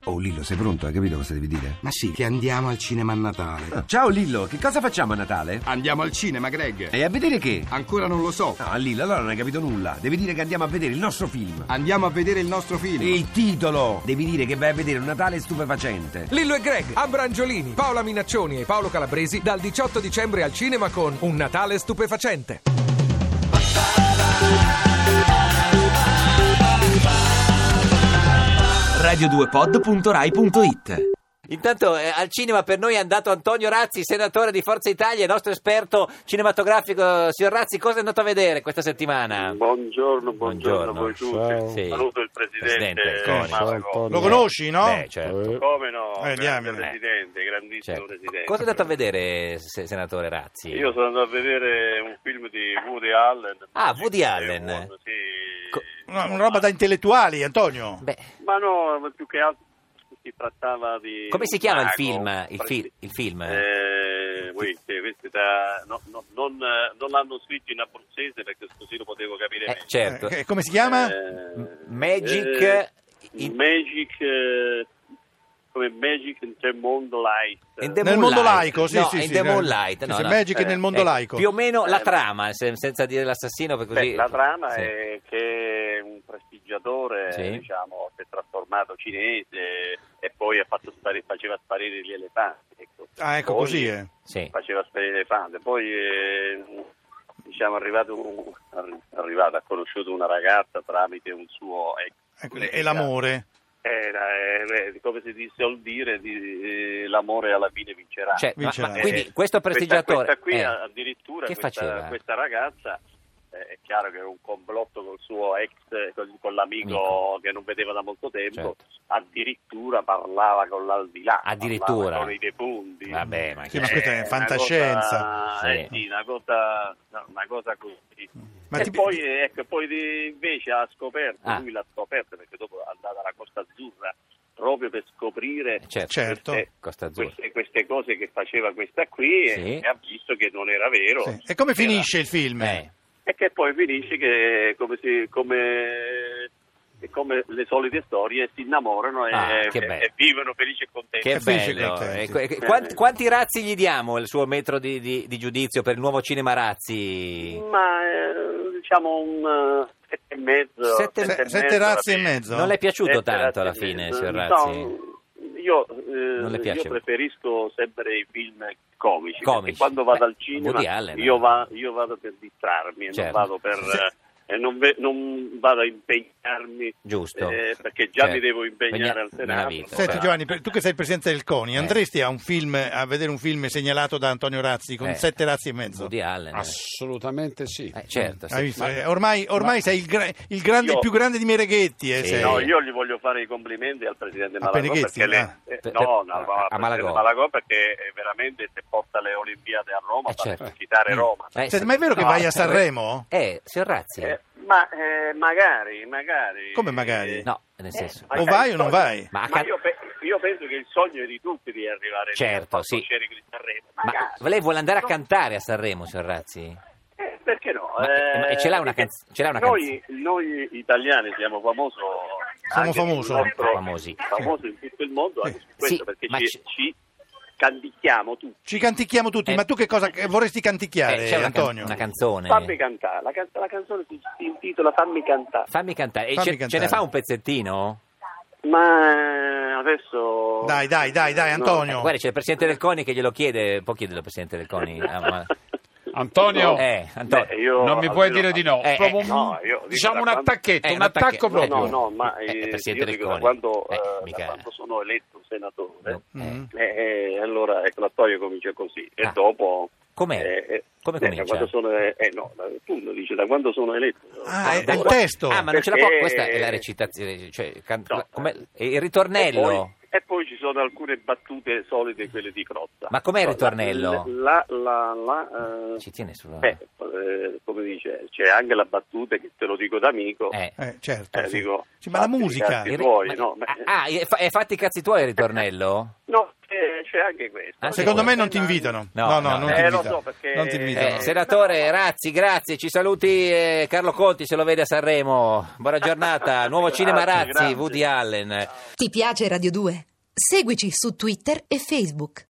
Oh Lillo, sei pronto? Hai capito cosa devi dire? Ma sì, che andiamo al cinema a Natale. Ciao Lillo, che cosa facciamo a Natale? Andiamo al cinema, Greg. E a vedere che? Ancora non lo so. No, Lillo, allora non hai capito nulla. Devi dire che andiamo a vedere il nostro film. Andiamo a vedere il nostro film. Il titolo! Devi dire che vai a vedere un Natale stupefacente. Lillo e Greg, Ambra Angiolini, Paola Minaccioni e Paolo Calabresi dal 18 dicembre al cinema con Un Natale stupefacente. radio2pod.rai.it. Intanto al cinema per noi è andato Antonio Razzi, senatore di Forza Italia e nostro esperto cinematografico. Signor Razzi, cosa è andato a vedere questa settimana? Buongiorno a voi tutti. Sì. Saluto il presidente Malaco. Lo conosci, no? Beh, certo. Come no? Diamine. Presidente, grandissimo Certo. presidente. Cosa è andato a vedere, senatore Razzi? Io sono andato a vedere un film di Woody Allen. Ah, Woody Allen. Sì. Una roba da intellettuali, Antonio. Beh, Ma no, più che altro si trattava di... come si chiama il mago. film? Il film? Questi non l'hanno scritto in abruzzese perché così lo potevo capire meglio. Certo. Come si chiama? Magic... Come Magic in the Moonlight. Nel mondo laico, sì, no, sì, in sì. the Moonlight. No, Sì, no. Magic nel mondo laico. Più o meno la trama, senza dire l'assassino, per così... La trama sì. è che un prestigiatore, Sì. diciamo, si è trasformato cinese e poi faceva sparire gli elefanti. Ah, ecco, Poi così è. Sì. Faceva sparire gli elefanti. Poi, diciamo, ha conosciuto una ragazza tramite un suo ex. Ecco, e l'amore. Come si suol dire, l'amore alla fine vincerà. Cioè, Vincerà. quindi questo prestigiatore... Questa qui addirittura, che faceva? questa ragazza, è chiaro che è un complotto col suo ex, con l'amico che non vedeva da molto tempo, Certo. Addirittura parlava con l'aldilà, Addirittura? parlava con i defunti. Vabbè, ma Sì, ma questa è fantascienza. Una cosa così. Ma Poi invece ha scoperto, lui l'ha scoperto perché dopo è andata alla Costa Azzurra proprio per scoprire Certo. Costa Azzurra. queste cose che faceva questa qui Sì. e ha visto che non era vero. Sì. E come finisce il film? E che poi finisce che come le solite storie si innamorano e vivono felici e contenti. Che felici e bello. contenti. Quanti razzi gli diamo il suo metro di giudizio per il nuovo cinema Razzi? Ma diciamo un 7,5. Sette razzi e mezzo? Non le è piaciuto Sette tanto alla razzi e fine, mezzo. signor Razzi? No, io le piace? preferisco sempre i film comici. Comici. Perché quando vado Beh, al cinema Woody Allen, io vado per distrarmi, Certo. non vado per... non vado a impegnarmi. Giusto. Perché già mi devo impegnare al nella Senato. vita. Senti Giovanni, tu che sei il presidente del CONI, andresti a vedere un film segnalato da Antonio Razzi con 7 razzi e mezzo? Woody Allen. Assolutamente sì. Certo. Hai Sì. visto? Ormai sei il più grande di Mereghetti. Sei. No, io gli voglio fare i complimenti al presidente A Malagò Peneghezzi, perché a Malagò. Malagò perché veramente se porta le Olimpiadi a Roma fa certo. necessitare Roma. Senti, ma è vero che vai a Sanremo? Signor Razzi? Ma magari. Come magari? No, nel senso... O vai o non vai? Ma io penso che il sogno è di tutti di arrivare Certo, a sì. di Sanremo. Ma lei vuole andare a cantare a Sanremo, signor Razzi? Perché no? Ma ce l'ha una canzone? Noi italiani siamo famosi. Siamo famosi. Famosi in tutto il mondo anche su questo, Sì, perché ma ci cantichiamo tutti. Ci canticchiamo tutti, ma tu che cosa vorresti canticchiare, c'è Antonio? una canzone. Fammi cantare, la canzone si intitola Fammi cantare. Fammi cantare. Fammi Ce cantare. ne fa un pezzettino? Ma adesso... Dai, Antonio. Guarda, c'è il presidente del CONI che glielo chiede. Può chiedere il presidente del CONI? Antonio, Antonio. non mi puoi dire di no. Proprio diciamo un attacchetto, un attacco proprio. No, ma presidente io del dico, CONI. da Mica... quando sono eletto senatore, No. allora ecco, la storia comincia così. E dopo... Com'è? Come comincia? Da quando sono, tu lo dici, da quando sono eletto. È il testo. Ma non ce la può... Questa è la recitazione, cioè il ritornello. E poi ci sono alcune battute solide, quelle di Crozza. Ma com'è il ritornello? Ci tiene sulla... come dice, c'è anche la battuta che te lo dico d'amico. Certo. Sì. Dico, Sì, ma la musica... Tuoi, no? è fatti i cazzi tuoi il ritornello? No, c'è anche questo. Secondo me non ti invitano. No, non ti invitano. Lo so, perché... Non ti invitano. Senatore Razzi, grazie, ci saluti Carlo Conti se lo vede a Sanremo. Buona giornata, nuovo Cinema Razzi, grazie. Woody Allen. Ti piace Radio 2? Seguici su Twitter e Facebook.